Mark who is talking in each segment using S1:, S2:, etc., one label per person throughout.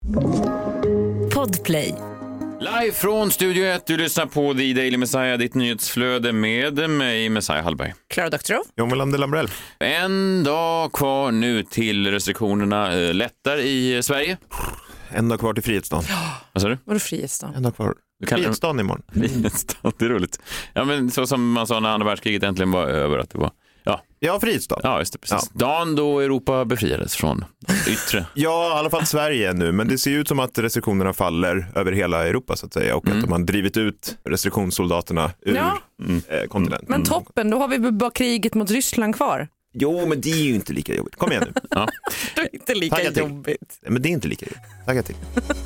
S1: Podplay.
S2: Live från Studio 1, du lyssnar på The Daily Messiah, ditt nyhetsflöde med mig, Messiah Hallberg.
S3: Klara Doktorow.
S4: John Melander Lambrell.
S2: En dag kvar nu till restriktionerna lättar i Sverige.
S4: En dag kvar till Frihetsdagen.
S2: Vad sa du?
S3: Vadå Frihetsdagen?
S4: En dag kvar. Frihetsdagen imorgon.
S2: Frihetsdagen, det är roligt. Ja, men så som man sa när andra världskriget äntligen var över, att det var...
S4: Ja, Frihetsdagen.
S2: Ja, just det, precis. Ja. Dagen då Europa befriades från yttre.
S4: Ja, i alla fall Sverige nu. Men det ser ut som att restriktionerna faller över hela Europa så att säga. Och att de har drivit ut restriktionssoldaterna ur kontinenten.
S3: Men toppen, då har vi bara kriget mot Ryssland kvar.
S4: Jo, men det är ju inte lika jobbigt. Kom igen nu.
S2: Ja.
S3: Det är inte lika
S4: Tagga
S3: jobbigt.
S4: Men det är inte lika jobbigt. Tagga till.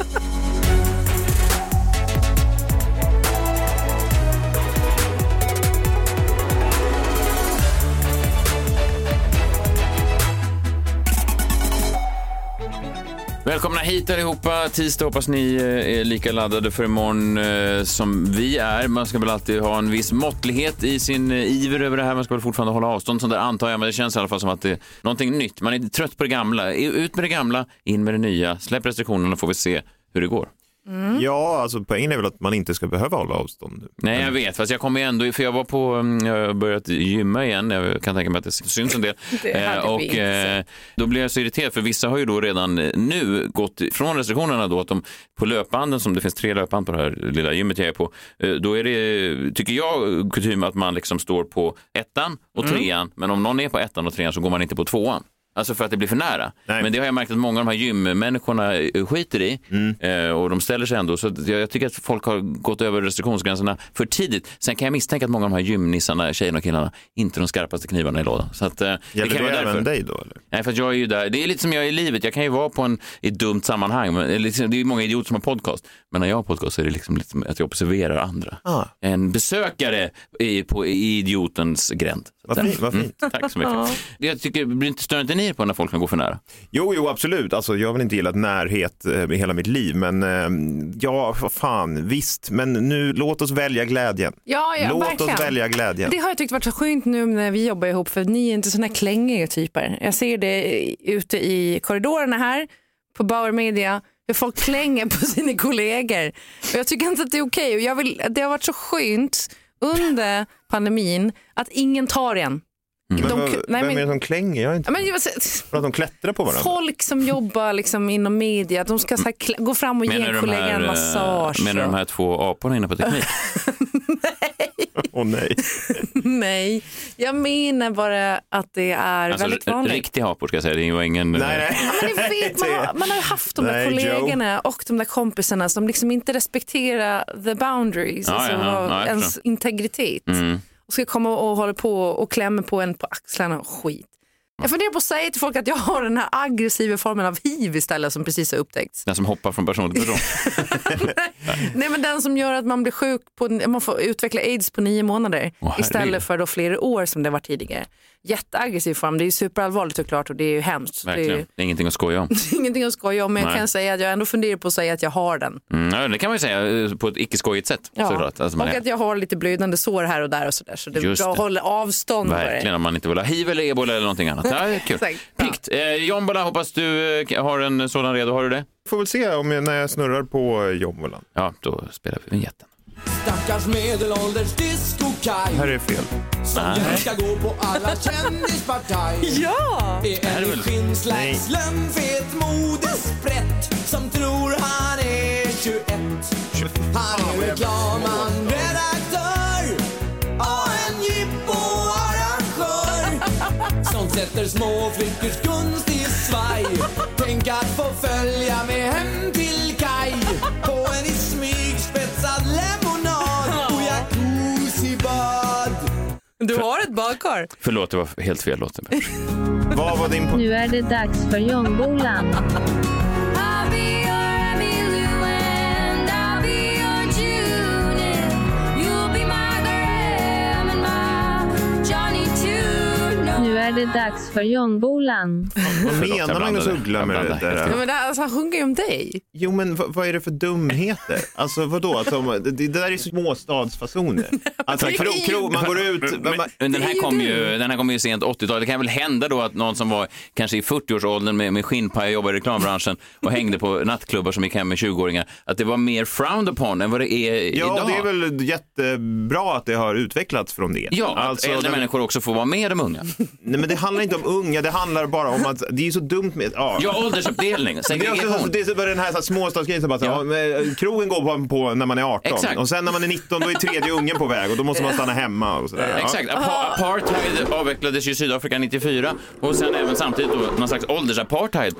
S2: Välkomna hit allihopa. Tisdag, hoppas ni är lika laddade för imorgon som vi är. Man ska väl alltid ha en viss måttlighet i sin iver över det här. Man ska väl fortfarande hålla avstånd, sånt där antar jag. Men det känns i alla fall som att det är någonting nytt. Man är trött på det gamla. Ut med det gamla, in med det nya. Släpp restriktionerna, får vi se hur det går.
S4: Ja, alltså poängen är väl att man inte ska behöva hålla avstånd.
S2: Nej, jag vet, fast jag kommer ändå, för jag var på, jag har börjat gymma igen, jag kan tänka mig att det syns en del. Och då blir jag så irriterad, för vissa har ju då redan nu gått från restriktionerna då, att de på löpbanden, som det finns 3 löpband på det här lilla gymmet jag är på, då är det, tycker jag, kutym att man liksom står på 1:an och 3:an, men om någon är på 1:an och 3:an så går man inte på 2:an. Alltså för att det blir för nära. Nej. Men det har jag märkt att många av de här gymmänniskorna skiter i. Och de ställer sig ändå. Så jag tycker att folk har gått över restriktionsgränserna för tidigt. Sen kan jag misstänka att många av de här gymnissarna, tjejerna och killarna, inte de skarpaste knivarna i lådan. Så att,
S4: gäller det kan vara även dig då? Eller?
S2: Nej, för att jag är ju där. Det är lite som jag är i livet. Jag kan ju vara på i ett dumt sammanhang. Men det är ju många idioter som har podcast. Men när jag har podcast så är det liksom lite att jag observerar andra. En besökare i idiotens gränd.
S4: Vad fint.
S2: Tack så mycket. Jag tycker, blir inte störande ni på när folk kan gå för nära?
S4: Jo, absolut. Alltså, jag har väl inte gillat närhet i hela mitt liv. Men ja, vad fan, visst. Men nu, låt oss välja glädjen. Låt
S3: verkligen.
S4: Oss välja glädjen.
S3: Det har jag tyckt varit så skönt nu när vi jobbar ihop. För ni är inte såna klängiga typer. Jag ser det ute i korridorerna här på Bauer Media. Hur folk klänger på sina kollegor. Och jag tycker inte att det är okej. Och det har varit så skönt under pandemin att ingen tar en.
S4: Vem är det som klänger? Jag inte för att de klättrar på varandra.
S3: Folk som jobbar liksom inom media, de ska så här gå fram och ge en kollega en massage.
S2: Menar de här 2 aporna inne på teknik?
S4: Nej.
S3: Nej, jag menar bara att det är alltså, väldigt vanligt.
S2: Riktig apor ska jag säga, det var ingen...
S4: Nej.
S3: Man har ju haft de där kollegorna och de där kompisarna som liksom inte respekterar the boundaries, ens integritet. Och ska komma och hålla på och klämma på en på axlarna och skit. Jag funderar på att säga till folk att jag har den här aggressiva formen av hiv istället som precis har upptäckts.
S2: Den som hoppar från person till person.
S3: Nej, men den som gör att man blir sjuk man får utveckla AIDS på 9 månader istället för då flera år som det var tidigare. Jätteaggressiv form, det är ju superallvarligt såklart och det är ju hemskt.
S2: Verkligen. Det är ingenting att skoja om.
S3: Ingenting att skoja om, men jag kan säga att jag ändå funderar på att säga att jag har den.
S2: Ja, det kan man ju säga på ett icke-skojigt sätt. Såklart. Alltså,
S3: och att jag har lite blödande sår här och där och sådär. Så det är bra att hålla avstånd.
S2: Verkligen, om man inte vill ha hiv eller ebola eller någonting annat. Ja, kul. Pikt. Jombola, hoppas du har en sådan redo. Har du det?
S4: Får väl se när jag snurrar på Jombola.
S2: Ja, då spelar vi vignetten.
S5: Stackars medelålders disco-kaj.
S4: Här är fel.
S5: Som ska gå på alla kändispartaj.
S3: Ja!
S5: Är en skinnslags lönnfet modesprätt som tror han är 21. Han är reklamman, redaktör och en jippo-arrangör som sätter små flickors gunst i svaj. Tänk att få följa med hem till kaj på en i smyg spetsad lemonad och jacuzzi-bad.
S3: Du har ett badkar.
S2: Förlåt, det var helt fel låt.
S4: Vad var din
S1: Nu är det dags för Jombolan. Nu är det dags för John-Bolan.
S4: Vad menar Magnus Uggla med det där?
S3: Ja, men alltså, han sjunger ju om dig.
S4: Jo, men vad är det för dumheter? Alltså vadå? Alltså, det där är småstadsfasoner. Alltså, man går ut...
S2: Men den här kom ju sent 80-tal. Det kan väl hända då att någon som var kanske i 40-årsåldern med skinnpaj och jobbade i reklambranschen och hängde på nattklubbar som gick hem med 20-åringar, att det var mer frowned upon än vad det är idag.
S4: Ja, det är väl jättebra att det har utvecklats från det.
S2: Ja, alltså, att äldre människor också får vara med de unga.
S4: Nej, men det handlar inte om unga, det handlar bara om att det är så dumt med... Ja,
S2: åldersuppdelning, segregation.
S4: Det är så den här småstadsgrejen som bara krogen går på när man är 18. Exakt. Och sen när man är 19 då är tredje ungen på väg och då måste man stanna hemma och sådär.
S2: Exakt, apartheid avvecklades i Sydafrika 94 och sen även samtidigt då någon slags åldersapartheid.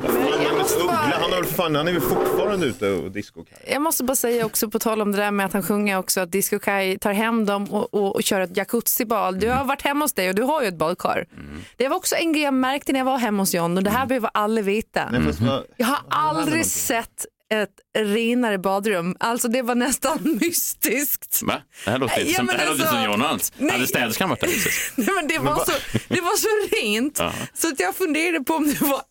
S4: Han är väl fortfarande ute och Disco Kai.
S3: Jag måste bara säga också på tal om det där med att han sjunger också att Disco Kai tar hem dem och kör ett jacuzzi-bal. Du har varit hemma hos dig och du har ju ett badkar. Det var också en grej jag märkte när jag var hemma hos John och det här behöver alla veta. Jag har aldrig sett ett renare badrum. Alltså det var nästan mystiskt.
S2: Va? Det här låter inte som John Hans. Hade städerskan varit där?
S3: Nej, men det var så rent så att jag funderade på om det var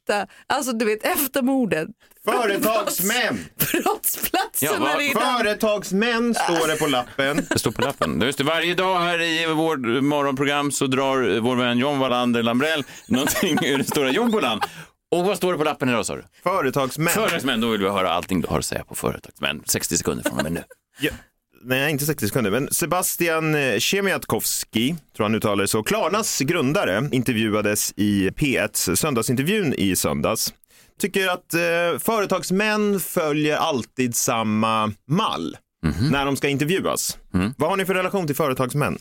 S3: efter mordet.
S4: Företagsmän!
S3: Brottsplatserna
S4: företagsmän står det på lappen.
S2: Det står på lappen. Just det, varje dag här i vårt morgonprogram så drar vår vän John Wallander Lambrell någonting ur det stora John-Bolan. Och vad står det på lappen idag, sa du? Företagsmän, då vill vi höra allting du har att säga på företagsmän. 60 sekunder från och med nu.
S4: Ja. Nej, inte 60 sekunder, men Sebastian Chemiatkowski, tror han uttalar det så, Klarnas grundare, intervjuades i P1 söndagsintervjun i söndags. Tycker att företagsmän följer alltid samma mall när de ska intervjuas. Vad har ni för relation till företagsmän?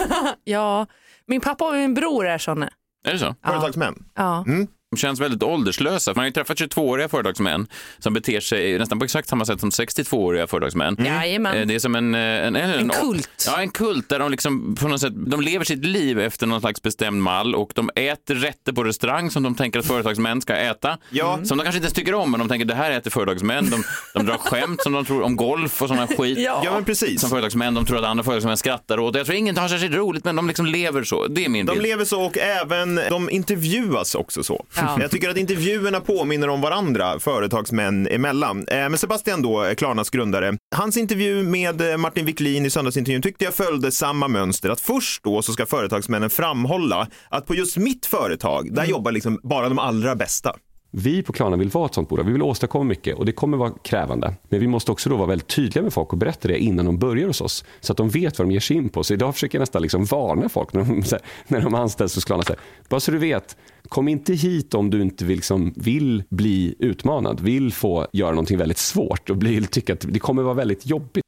S3: Ja, min pappa och min bror är såna.
S2: Är det så?
S4: Företagsmän?
S3: Ja.
S2: De känns väldigt ålderslösa. Man har ju träffat 22-åriga företagsmän som beter sig nästan på exakt samma sätt som 62-åriga företagsmän. Det är som en
S3: kult.
S2: Ja, en kult där de liksom på något sätt, de lever sitt liv efter någon slags bestämd mall och de äter rätter på restaurang som de tänker att företagsmän ska äta. Ja. Som de kanske inte ens tycker om, men de tänker det här äter företagsmän. De drar skämt som de tror om golf och sådana skit.
S4: Ja, men precis.
S2: Som företagsmän, de tror att andra företagsmän skrattar åt. Jag tror ingen har särskilt roligt, men de liksom lever så. Det är min bild.
S4: De lever så och även de intervjuas också så. Ja. Jag tycker att intervjuerna påminner om varandra, företagsmän emellan. Men Sebastian då, Klarnas grundare, hans intervju med Martin Wiklin i söndagsintervjun tyckte jag följde samma mönster. Att först då så ska företagsmännen framhålla att på just mitt företag, där jobbar liksom bara de allra bästa.
S6: Vi på Klarna vill vara ett sånt bolag. Vi vill åstadkomma mycket och det kommer vara krävande. Men vi måste också då vara väldigt tydliga med folk och berätta det innan de börjar hos oss. Så att de vet vad de ger sig in på. Så idag försöker jag nästan liksom varna folk när de anställs hos Klarna. Bara så du vet, kom inte hit om du inte vill bli utmanad. Vill få göra någonting väldigt svårt och tycka att det kommer vara väldigt jobbigt.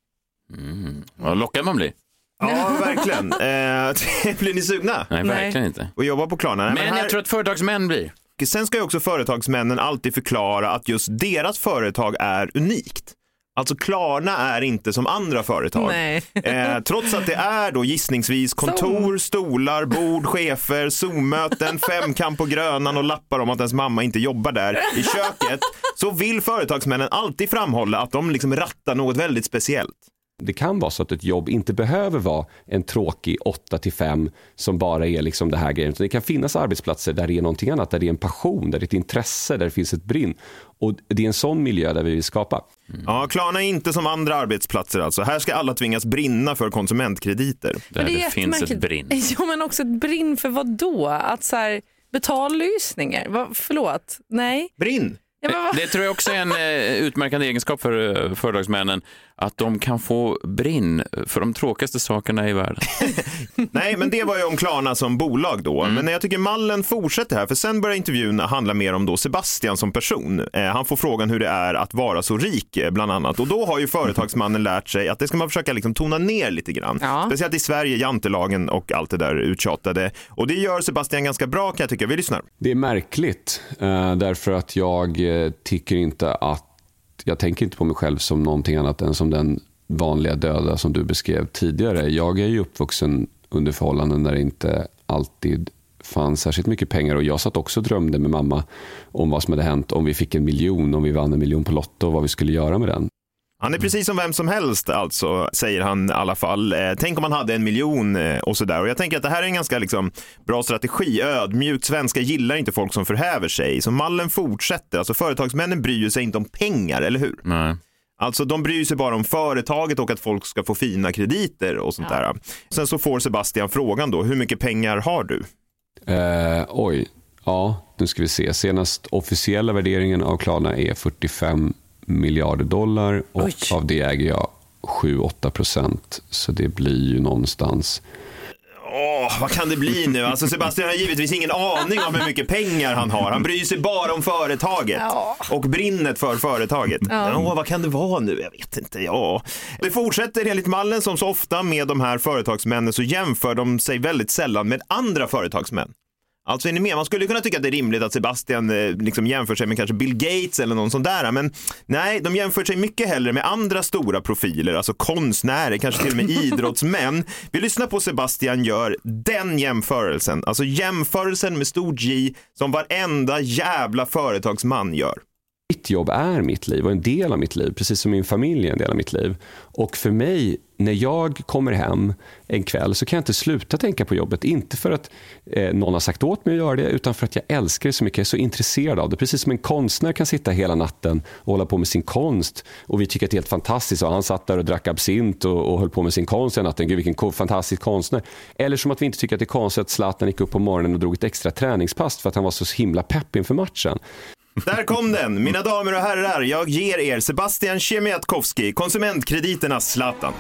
S2: Vad lockad man blir.
S4: Ja, verkligen. Blir ni sugna?
S2: Nej, verkligen inte.
S4: Och jobba på Klarna.
S2: Men jag tror att företagsmän blir.
S4: Sen ska ju också företagsmännen alltid förklara att just deras företag är unikt. Alltså Klarna är inte som andra företag. Trots att det är då gissningsvis kontor, stolar, bord, chefer, Zoom-möten, femkamp på Grönan och lappar om att ens mamma inte jobbar där i köket, så vill företagsmännen alltid framhålla att de liksom rattar något väldigt speciellt.
S6: Det kan vara så att ett jobb inte behöver vara en tråkig 8-5 som bara är liksom det här grejen. Det kan finnas arbetsplatser där det är någonting annat, där det är en passion, där det är ett intresse, där det finns ett brinn. Och det är en sån miljö där vi vill skapa.
S4: Ja, Klarna är inte som andra arbetsplatser alltså. Här ska alla tvingas brinna för konsumentkrediter.
S2: Där det finns ett brinn.
S3: Ja, men också ett brinn för vad då? Att så här, betallysningar? Förlåt? Nej.
S4: Brinn?
S2: Det tror jag också är en utmärkande egenskap för företagsmännen, att de kan få brinn för de tråkigaste sakerna i världen.
S4: Nej, men det var ju om Klarna som bolag då. Men jag tycker mallen fortsätter här, för sen börjar intervjun handla mer om då Sebastian som person. Han får frågan hur det är att vara så rik bland annat. Och då har ju företagsmannen lärt sig att det ska man försöka liksom tona ner lite grann. Ja. Speciellt i Sverige, jantelagen och allt det där uttjatade. Och det gör Sebastian ganska bra, kan jag tycka. Vi lyssnar.
S6: Det är märkligt därför att jag tycker inte att jag tänker inte på mig själv som någonting annat än som den vanliga döda som du beskrev tidigare. Jag är ju uppvuxen under förhållanden där det inte alltid fanns särskilt mycket pengar, och jag satt också och drömde med mamma om vad som hade hänt om vi fick 1 miljon, om vi vann 1 miljon på Lotto och vad vi skulle göra med den.
S4: Han är precis som vem som helst alltså, säger han i alla fall. Tänk om man hade 1 miljon och sådär. Och jag tänker att det här är en ganska liksom, bra strategi. Ödmjukt, svenskar gillar inte folk som förhäver sig. Så mallen fortsätter. Alltså företagsmännen bryr sig inte om pengar, eller hur?
S2: Nej.
S4: Alltså de bryr sig bara om företaget och att folk ska få fina krediter och sånt där. Sen så får Sebastian frågan då, hur mycket pengar har du?
S6: Nu ska vi se. Senast officiella värderingen av Klarna är 45 miljarder dollar och av det äger jag 7-8%. Så det blir ju någonstans...
S4: Vad kan det bli nu? Alltså Sebastian har givetvis ingen aning om hur mycket pengar han har. Han bryr sig bara om företaget och brinnet för företaget. Vad kan det vara nu? Jag vet inte. Det fortsätter enligt mallen som så ofta med de här företagsmännen, så jämför de sig väldigt sällan med andra företagsmän. Alltså är ni med? Man skulle kunna tycka att det är rimligt att Sebastian liksom jämför sig med kanske Bill Gates eller någon sån där. Men nej, de jämför sig mycket hellre med andra stora profiler. Alltså konstnärer, kanske till och med idrottsmän. Vi lyssnar på Sebastian gör den jämförelsen. Alltså jämförelsen med stor G som varenda jävla företagsman gör.
S6: Mitt jobb är mitt liv och en del av mitt liv, precis som min familj är en del av mitt liv. Och för mig, när jag kommer hem en kväll så kan jag inte sluta tänka på jobbet. Inte för att någon har sagt åt mig att göra det, utan för att jag älskar det så mycket. Jag är så intresserad av det. Precis som en konstnär kan sitta hela natten och hålla på med sin konst. Och vi tycker att det är helt fantastiskt. Och han satt där och drack absint och höll på med sin konst hela natten. Gud, vilken fantastisk konstnär. Eller som att vi inte tycker att det är konstigt att Zlatan gick upp på morgonen och drog ett extra träningspass för att han var så himla pepp inför matchen.
S4: Där kom den, mina damer och herrar. Jag ger er Sebastian Siemiatkowski, konsumentkrediternas Zlatan.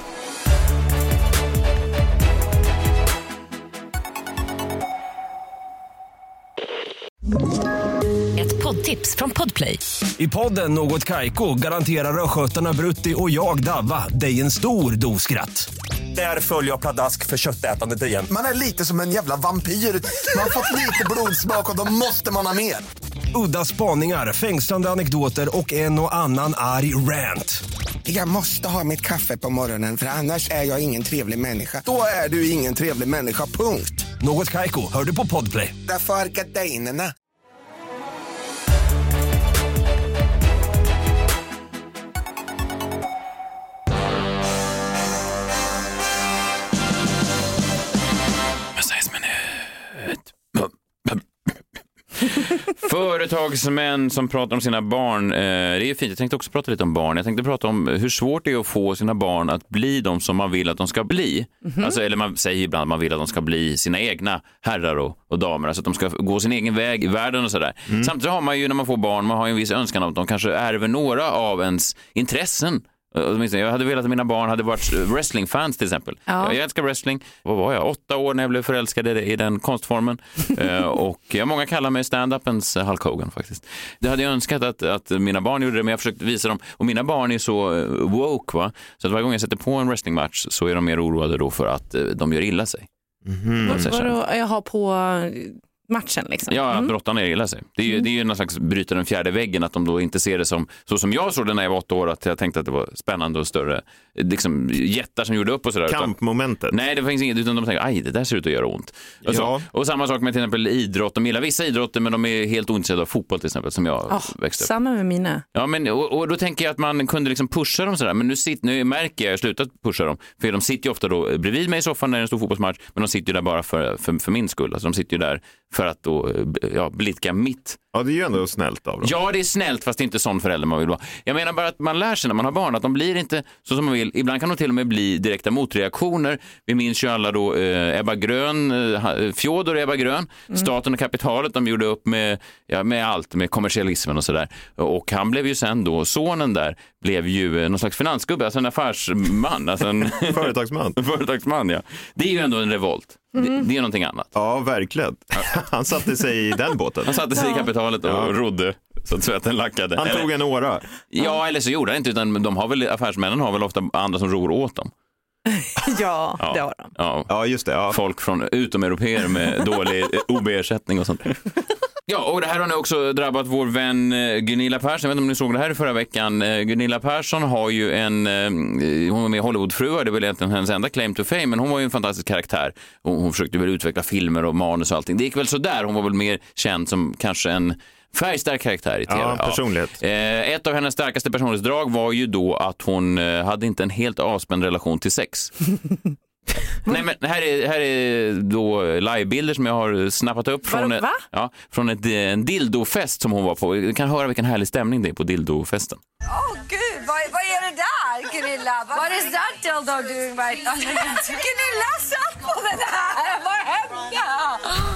S7: Ett poddtips från Podplay.
S8: I podden Något Kaiko garanterar röskötarna Brutti och jag Davva dig en stor doskratt. Där följer jag pladask för köttätandet igen.
S9: Man är lite som en jävla vampyr. Man har fått lite blodsmak och då måste man ha mer.
S8: Udda spaningar, fängslande anekdoter och en och annan arg rant.
S9: Jag måste ha mitt kaffe på morgonen för annars är jag ingen trevlig människa. Då är du ingen trevlig människa, punkt.
S8: Något Kaiko, hör du på Podplay.
S9: Därför är gardinerna.
S2: Företagsmän som pratar om sina barn, det är fint. Jag tänkte också prata lite om barn. Jag tänkte prata om hur svårt det är att få sina barn att bli de som man vill att de ska bli. Alltså, eller man säger ibland att man vill att de ska bli sina egna herrar och damer. Alltså att de ska gå sin egen väg i världen och sådär. Samtidigt har man ju när man får barn, man har ju en viss önskan om att de kanske ärver några av ens intressen. Jag hade velat att mina barn hade varit wrestlingfans till exempel. Jag älskar wrestling. Vad var jag? 8 år när jag blev förälskad i den konstformen. Och många kallar mig stand-upens Hulk Hogan faktiskt. Det hade jag önskat att mina barn gjorde det, men jag försökte visa dem. Och mina barn är så woke, va? Så att varje gång jag sätter på en wrestlingmatch så är de mer oroade då för att de gör illa sig.
S3: Vadå jag har på matchen liksom.
S2: Ja, brottarna gillar sig. Det är ju någon slags bryta den fjärde väggen, att de då inte ser det som så som jag såg det när jag var 8 år, att jag tänkte att det var spännande och större liksom jättar som gjorde upp och sådär.
S4: Kampmomentet.
S2: Nej, det finns inget, utan de tänker, aj, det där ser ut att göra ont. Och samma sak med till exempel idrott. De gillar vissa idrotter, men de är helt ointresserade av fotboll till exempel, som jag växte upp.
S3: Samma med mina.
S2: Ja, men och då tänker jag att man kunde liksom pusha dem sådär, men nu märker jag slutat pusha dem, för de sitter ju ofta då bredvid mig i soffan när det är en stor fotbollsmatch, men de sitter ju där bara för min skull. Alltså de sitter ju där för att då blidka mitt.
S4: Ja, det är ju ändå snällt av dem.
S2: Ja, det är snällt, fast det är inte sån förälder man vill vara. Jag menar bara att man lär sig när man har barn att de blir inte så som man vill. Ibland kan de till och med bli direkta motreaktioner. Vi minns ju alla då Ebba Grön, Fjodor Ebba Grön, Staten och kapitalet, de gjorde upp med allt, med kommersialismen och sådär. Och han blev ju sen då, sonen där, blev ju någon slags finansgubbe, alltså en affärsman. Alltså en Företagsman, ja. Det är ju ändå en revolt. Det är någonting annat.
S4: Ja, verkligen. Han satte sig i den båten.
S2: Han satte sig i kapitalet och rodde så att svetten lackade.
S4: Han tog en åra.
S2: Ja, eller så gjorde han inte, utan affärsmännen har väl ofta andra som ror åt dem.
S3: Ja, det har de.
S4: Ja, just det. Ja.
S2: Folk från utomeuropeer med dålig OB-ersättning och sånt. Ja, och det här har nu också drabbat vår vän Gunilla Persson. Jag vet inte om ni såg det här i förra veckan. Gunilla Persson har ju hon var med i Hollywoodfruar, det är väl egentligen hennes enda claim to fame, men hon var ju en fantastisk karaktär. Hon försökte väl utveckla filmer och manus och allting. Det gick väl så där. Hon var väl mer känd som kanske en Färgstark karaktär i tv.
S4: Ja, personlighet.
S2: Ja. Ett av hennes starkaste personlighetsdrag var ju då att hon hade inte en helt avspänd relation till sex. Nej, men här är då livebilder som jag har snappat upp från en dildofest som hon var på. Vi kan höra vilken härlig stämning det är på dildofesten.
S10: Gud, vad är det där, Gunilla? What is that dildo doing right now? Gunilla, satt på den här! Vad hände?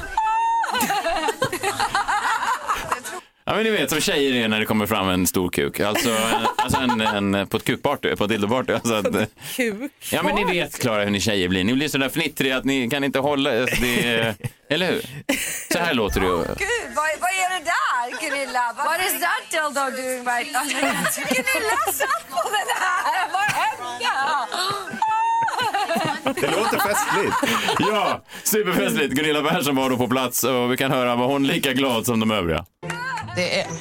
S2: Ja, men ni vet som tjejer är när det kommer fram en stor kuk. Alltså en på ett kukparty, på ett dildoparty. Alltså
S3: Kuk?
S2: Ja, men ni vet, Klara, hur ni tjejer blir. Ni blir så där fnittriga att ni kan inte hålla det. Eller hur? Så här låter det ju.
S10: Gud, vad är det där, Gunilla? What is that dildo doing right now? Gunilla, satt på den här! Vad hände?
S4: Det låter festligt.
S2: Ja, superfestligt. Gunilla Persson var då på plats och vi kan höra var hon lika glad som de övriga.
S11: Det är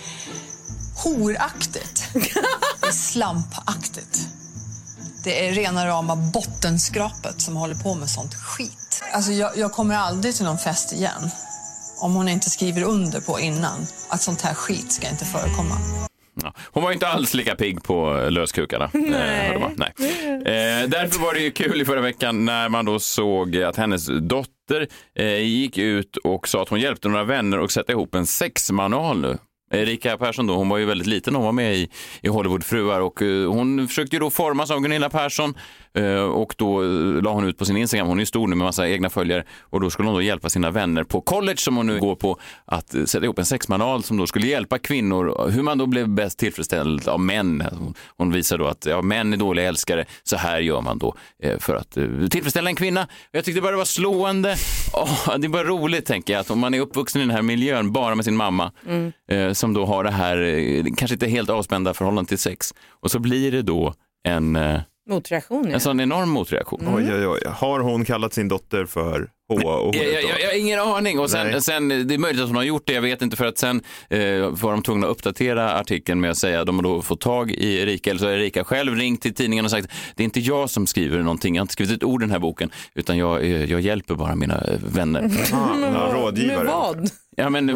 S11: horaktigt. Det är slampaktigt. Det är rena rama bottenskrapet som håller på med sånt skit. Alltså jag kommer aldrig till någon fest igen om hon inte skriver under på innan att sånt här skit ska inte förekomma.
S2: Ja. Hon var inte alls lika pigg på löskukarna. Nej. Därför var det ju kul i förra veckan när man då såg att hennes dotter gick ut och sa att hon hjälpte några vänner att sätta ihop en sexmanual nu. Erika Persson då, hon var ju väldigt liten, hon var med i Hollywoodfruar och hon försökte ju då formas av Gunilla Persson och då la hon ut på sin Instagram, hon är ju stor nu med massa egna följare och då skulle hon då hjälpa sina vänner på college som hon nu går på att sätta ihop en sexmanual som då skulle hjälpa kvinnor hur man då blev bäst tillfredsställd av män. Hon visar då att män är dåliga älskare, så här gör man då för att tillfredsställa en kvinna. Jag tyckte bara det var slående. Det är bara roligt, tänker jag, att om man är uppvuxen i den här miljön bara med sin mamma som då har det här kanske inte helt avspända förhållande till sex och så blir det då en
S3: motreaktion.
S2: En sån enorm motreaktion.
S4: Oj. Har hon kallat sin dotter för H och
S2: jag har ingen aning. Och sen det är möjligt att hon har gjort det, jag vet inte, för att sen var de tvungna att uppdatera artikeln med att säga att de har då fått tag i Erika, eller så har Erika själv ringt till tidningen och sagt det är inte jag som skriver någonting, jag har inte skrivit ett ord i den här boken utan jag hjälper bara mina vänner.
S4: Rådgivare.
S3: Med vad?
S2: Ja, men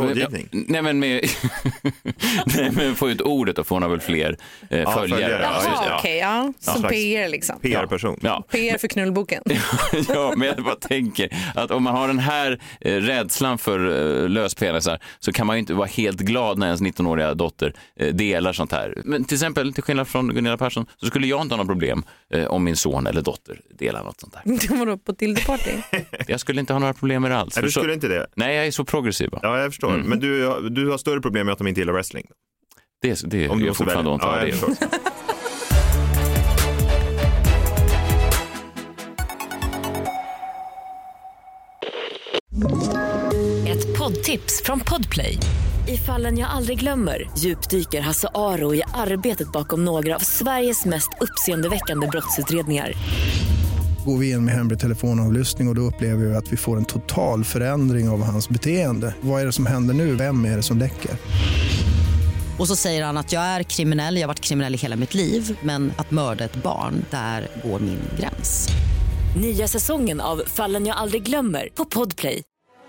S2: med få ut ordet och få hon väl fler följare.
S3: Jaha, som PR liksom.
S4: PR-person.
S2: Ja.
S3: PR för knullboken.
S2: Ja, men jag bara tänker att om man har den här rädslan för löspenisar så kan man ju inte vara helt glad när ens 19-åriga dotter delar sånt här. Men till exempel, till skillnad från Gunilla Persson, så skulle jag inte ha något problem om min son eller dotter delar något sånt där.
S3: Det var då på Dildeparty.
S2: Jag skulle inte ha några problem med det alls.
S4: Nej, du skulle inte det?
S2: Nej, jag är så progressiv.
S4: Ja, jag förstår. Men du har större problem med att de inte gillar wrestling?
S2: Det om du fortfarande inte har det.
S7: Ett poddtips från Podplay. I Fallen jag aldrig glömmer djupdyker Hasse Aro i arbetet bakom några av Sveriges mest uppseendeväckande brottsutredningar.
S12: Går vi in med hemlig telefonavlyssning och då upplever vi att vi får en total förändring av hans beteende. Vad är det som händer nu? Vem är det som läcker?
S13: Och så säger han att jag är kriminell, jag har varit kriminell i hela mitt liv. Men att mörda ett barn, där går min gräns.
S7: Nya säsongen av Fallen jag aldrig glömmer på Podplay.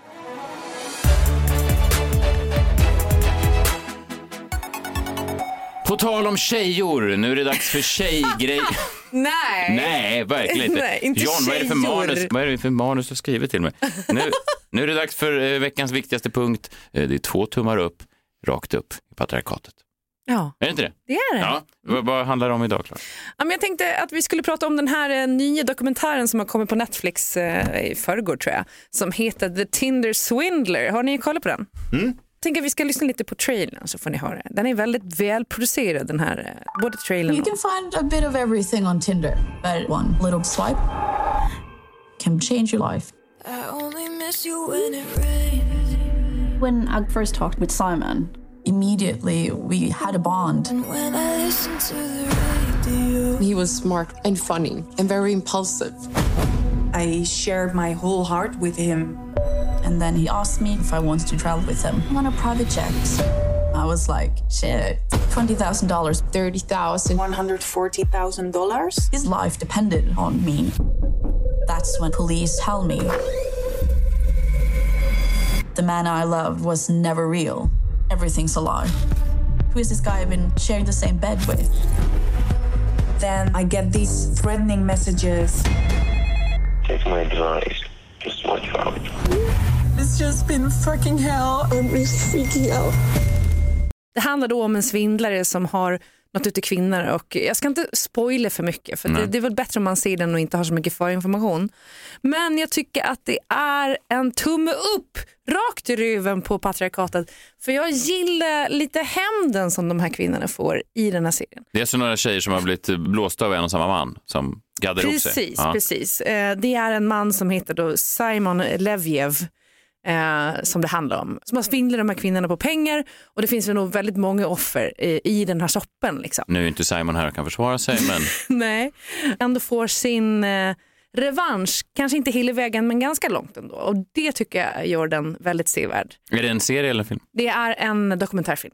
S2: På tal om tjejor, nu är det dags för tjejgrej. Nej, verkligen inte.
S3: Nej, inte
S2: John, vad är det för manus du skriver till mig? Nu är det dags för veckans viktigaste punkt. Det är 2 tummar upp, rakt upp i patriarkatet.
S3: Ja.
S2: Är det inte det?
S3: Det är det.
S2: Ja. Vad handlar det om idag, Klara?
S3: Ja, men jag tänkte att vi skulle prata om den här nya dokumentären som har kommit på Netflix i förrgår, tror jag, som heter The Tinder Swindler. Har ni kollat på den? Jag tänker att vi ska lyssna lite på trailern så får ni höra. Den är väldigt välproducerad, den här, både trailern
S14: You can find a bit of everything on Tinder, but one little swipe can change your life.
S15: I only miss you when it rains.
S14: When I first talked with Simon, immediately we had a bond.
S15: And when I listened to the radio,
S16: he was smart and funny and very impulsive.
S14: I shared my whole heart with him. And then he asked me if I wanted to travel with him on a private jet. I was like, shit, $20,000.
S16: $30,000.
S14: $140,000. His life depended on me. That's when police held me. The man I loved was never real. everything's a lie. Who is this guy I've been sharing the same bed with?
S17: Then I get these threatening messages.
S18: Take my advice. Just watch out.
S17: It's just been fucking hell. I'm just freaking out.
S3: Det handlar då om en svindlare som har något ute kvinnor, och jag ska inte spoila för mycket, för det är väl bättre om man ser den och inte har så mycket förinformation. Men jag tycker att det är en tumme upp rakt i röven på patriarkatet, för jag gillar lite hämnden som de här kvinnorna får i den här serien.
S2: Det är så några tjejer som har blivit blåsta av en och samma man som gaddar ihop sig.
S3: Precis. Det är en man som heter då Simon Leviev, som det handlar om, som har svindlat de här kvinnorna på pengar, och det finns ju nog väldigt många offer i den här soppen liksom.
S2: Nu är inte Simon här och kan försvara sig, men
S3: nej, ändå får sin revansch, kanske inte hela vägen men ganska långt ändå, och det tycker jag gör den väldigt sevärd.
S2: Är det en serie eller film?
S3: Det är en dokumentärfilm.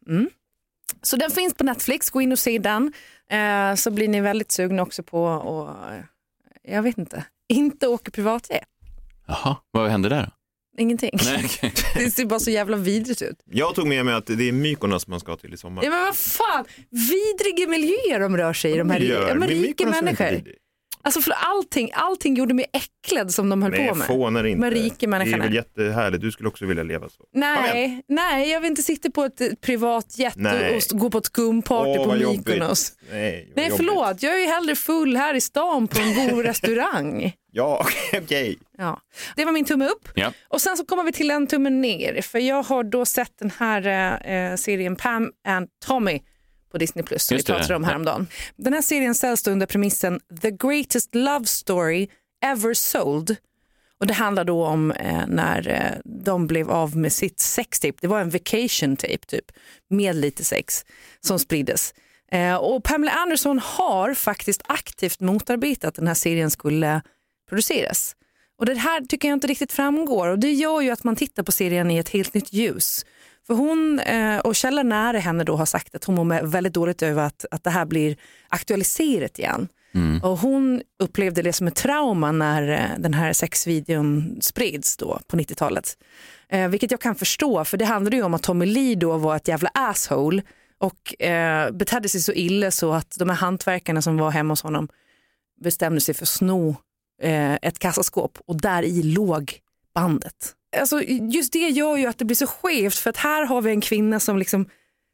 S3: Så den finns på Netflix, gå in och se den, så blir ni väldigt sugna också på, och jag vet inte åka privatjet.
S2: Jaha, vad hände där då?
S3: Ingenting.
S2: Nej, okay.
S3: Det ser bara så jävla vidrigt ut.
S4: Jag tog med mig att det är Mykonos man ska till i sommar.
S3: Ja, men vad fan, vidriga miljöer de rör sig i, de här rika människor. Alltså för allting gjorde mig äcklad som de höll på med.
S4: Fånar inte.
S3: Med rika människorna.
S4: Det är väl jättehärligt, du skulle också vilja leva så.
S3: Nej, jag vill inte sitta på ett privat jet och gå på ett skumparty på Mykonos. Nej, förlåt, jag är ju hellre full här i stan på en god restaurang.
S4: Ja, okej.
S3: Ja. Det var min tumme upp.
S2: Ja.
S3: Och sen så kommer vi till en tumme ner. För jag har då sett den här serien Pam and Tommy på Disney+, som vi pratade om häromdagen. Den här serien säljs under premissen The Greatest Love Story Ever Sold. Och det handlar då om när de blev av med sitt sextape. Det var en vacation tape typ, med lite sex som spriddes. Och Pamela Anderson har faktiskt aktivt motarbetat att den här serien skulle produceras. Och det här tycker jag inte riktigt framgår, och det gör ju att man tittar på serien i ett helt nytt ljus. För hon och källor nära henne då har sagt att hon mår väldigt dåligt över att det här blir aktualiserat igen. Och hon upplevde det som ett trauma när den här sexvideon spreds då på 90-talet. Vilket jag kan förstå, för det handlade ju om att Tommy Lee då var ett jävla asshole och betedde sig så illa så att de här hantverkarna som var hemma hos honom bestämde sig för att sno ett kassaskåp, och där i låg bandet. Alltså just det gör ju att det blir så skevt, för att här har vi en kvinna som liksom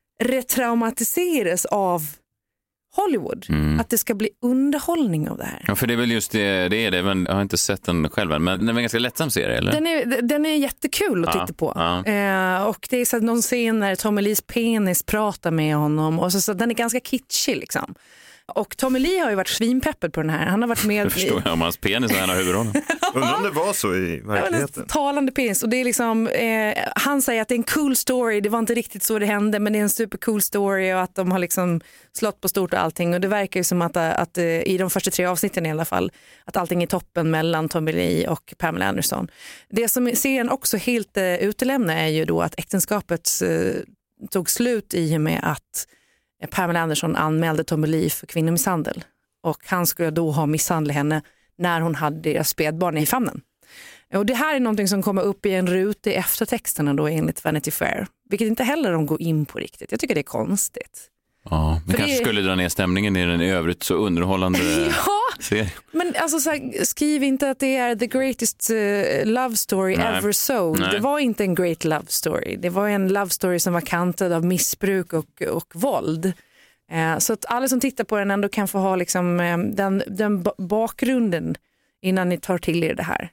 S3: retraumatiseras av Hollywood. Att det ska bli underhållning av det här.
S2: Ja, för det är väl just det, men jag har inte sett den själv än, men den är en ganska lättsam serie, eller?
S3: Den är jättekul att titta på. Och det är så att någon scen när Tommy Lees penis pratar med honom, och så den är ganska kitschig liksom. Och Tommy Lee har ju varit svinpeppad på den här. Han har varit med.
S2: Jag förstår om hans penis och han har huvudrollen.
S4: Undrar om det var så i verkligheten.
S3: Talande penis. Och det är liksom, han säger att det är en cool story. Det var inte riktigt så det hände, men det är en supercool story, och att de har liksom slått på stort och allting. Och det verkar ju som att i de första 3 avsnitten i alla fall, att allting är toppen mellan Tommy Lee och Pamela Anderson. Det som serien också helt utelämnar är ju då att äktenskapet tog slut i och med att Pamela Anderson anmälde Tommy Lee för kvinnomisshandel, och han skulle då ha misshandlat henne när hon hade deras spädbarn i famnen. Och det här är någonting som kommer upp i en ruta i eftertexterna då enligt Vanity Fair, vilket inte heller de går in på riktigt. Jag tycker det är konstigt.
S2: Ja, men kanske skulle dra ner stämningen i den i övrigt så underhållande serie.
S3: Men alltså så här, skriv inte att det är the greatest love story ever sold. Det var inte en great love story. Det var en love story som var kantad av missbruk och våld. Så att alla som tittar på den ändå kan få ha liksom, den bakgrunden innan ni tar till er det här.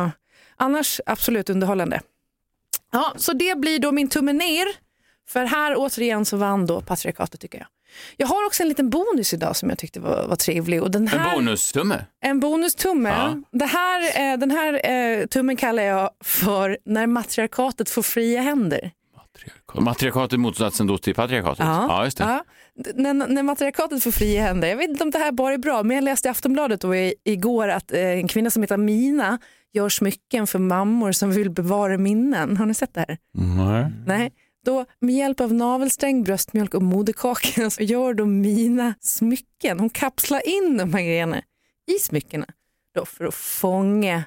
S3: Annars absolut underhållande. Ja, så det blir då min tumme ner. För här återigen så vann då patriarkatet, tycker jag. Jag har också en liten bonus idag som jag tyckte var trevlig. Och den här,
S2: en bonustumme?
S3: En bonustumme. Ja. Den här tummen kallar jag för när matriarkatet får fria händer.
S2: Matriarkatet är motsatsen då till patriarkatet? Ja, just det.
S3: Ja. När matriarkatet får fria händer. Jag vet inte om det här bara är bra, men jag läste i Aftonbladet då igår att en kvinna som heter Mina gör smycken för mammor som vill bevara minnen. Har ni sett det här? Nej. Då med hjälp av navelsträng, bröstmjölk och moderkakan så gör då Mina smycken. Hon kapslar in de här grejerna i smyckena då för att fånga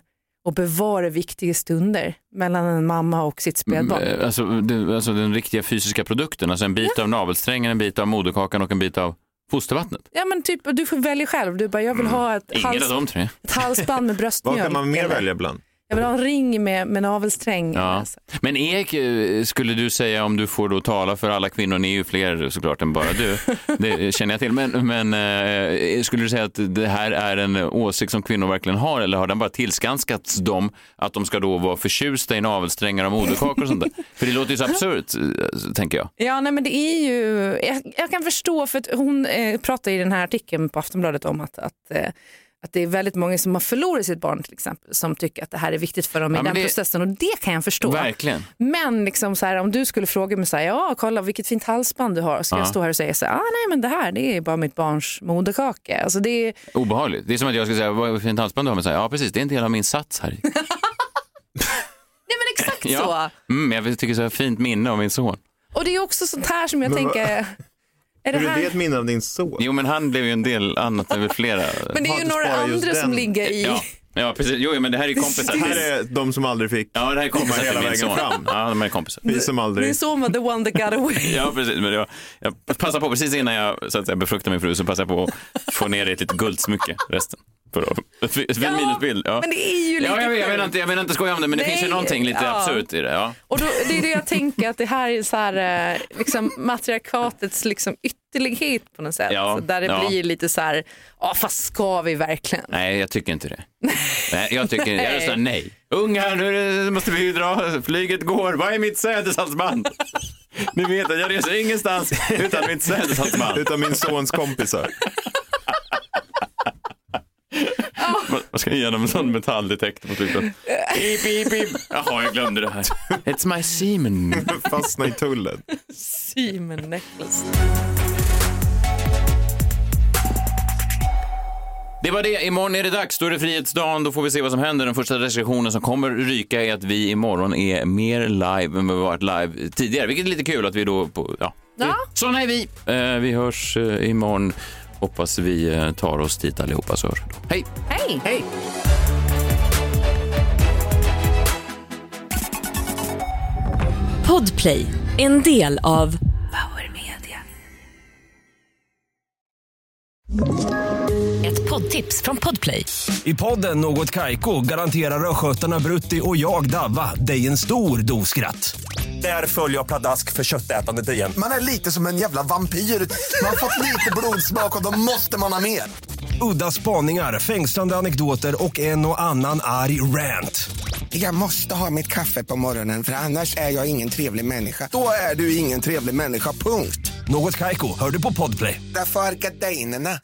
S3: och bevara viktiga stunder mellan en mamma och sitt spädbarn.
S2: Alltså den riktiga fysiska produkten, alltså en bit av navelsträngen, en bit av moderkakan och en bit av fostervattnet.
S3: Ja, men typ, du får välja själv. Du bara, jag vill ha ett halsband med bröstmjölk.
S4: Vad kan man mer välja ibland?
S3: Jag vill ha en ring med navelsträng.
S2: Ja. Men Erik, skulle du säga, om du får då tala för alla kvinnor, ni är ju fler såklart än bara du, det känner jag till, men skulle du säga att det här är en åsikt som kvinnor verkligen har, eller har den bara tillskanskats dem att de ska då vara förtjusta i navelsträngar och moderkakor och sånt där? För det låter ju så absurt, tänker jag.
S3: Ja, nej, men det är ju, jag kan förstå, för att hon pratar i den här artikeln på Aftonbladet om att det är väldigt många som har förlorat sitt barn till exempel, som tycker att det här är viktigt för dem i den processen, och det kan jag förstå.
S2: Verkligen.
S3: Men liksom så här, om du skulle fråga mig så här, ja, kolla vilket fint halsband du har, ska jag stå här och säga så här, nej, men det här, det är bara mitt barns moderkaka. Alltså det är
S2: obehagligt. Det är som att jag skulle säga, vad fint halsband du har, men säga, ja precis, det är en del av min sats här.
S3: Nej, men exakt så.
S2: Jag tycker så här fint minne av min son.
S3: Och det är också sånt här som jag tänker...
S4: Är det ett minne av din son?
S2: Jo, men han blev ju en del annat över flera.
S3: Men det är ju några andra som ligger i...
S2: Ja, precis. Jo, men det här är kompisar.
S4: Det här är de som aldrig fick
S2: det här är kompisar
S4: hela vägen fram.
S2: Ja, de är kompisar.
S4: Vi som aldrig...
S3: Min son var the one that got away.
S2: Ja, precis. Men jag passar på, precis innan jag så att säga, befruktar min fru, så passar jag på att få ner ett litet guldsmycke resten. För minusbild. Ja.
S3: Men det är ju lite...
S2: Jag vill inte skoja om det, men det finns ju någonting lite absurt i det. Ja.
S3: Och då, det är det jag tänker, att det här är så här, liksom, matriarkatets liksom ytterlighet på något sätt.
S2: Ja,
S3: så där det blir lite så här, fast ska vi verkligen?
S2: Nej, jag tycker inte det. Nej, jag röstar nej. Ungar, nu måste vi ju dra. Flyget går. Vad är mitt sädeshalsband? Ni vet att jag reser ingenstans utan mitt sädeshalsband.
S4: Utan min sons kompisar.
S2: Man ska igenom en sån metalldetektor på slutet. Pip, pip, pip. Jaha, jag glömde det här. It's my semen.
S4: Fastna i tullen.
S3: Semen necklace.
S2: Det var det. Imorgon är det dags. Då är det frihetsdagen. Då får vi se vad som händer. Den första restriktionen som kommer ryka är att vi imorgon är mer live än vi varit live tidigare. Vilket är lite kul att vi då... Såna är vi. Vi hörs imorgon. Hoppas vi tar oss dit allihopa, så hörs vi då. Hej!
S3: Hej!
S2: Hej!
S7: Podplay, en del av Power Media. Ett poddtips från Podplay.
S8: I podden Något Kaiko garanterar röskötarna Brutti och jag Davva dig en stor doskratt. Där följer jag pladask för köttätandet igen.
S9: Man är lite som en jävla vampyr. Man har fått lite blodsmak och då måste man ha mer.
S8: Udda spaningar, fängslande anekdoter och en och annan arg rant.
S9: Jag måste ha mitt kaffe på morgonen, för annars är jag ingen trevlig människa. Då är du ingen trevlig människa, punkt.
S8: Något Kaiko, hör du på Podplay.
S9: Därför är gardinerna.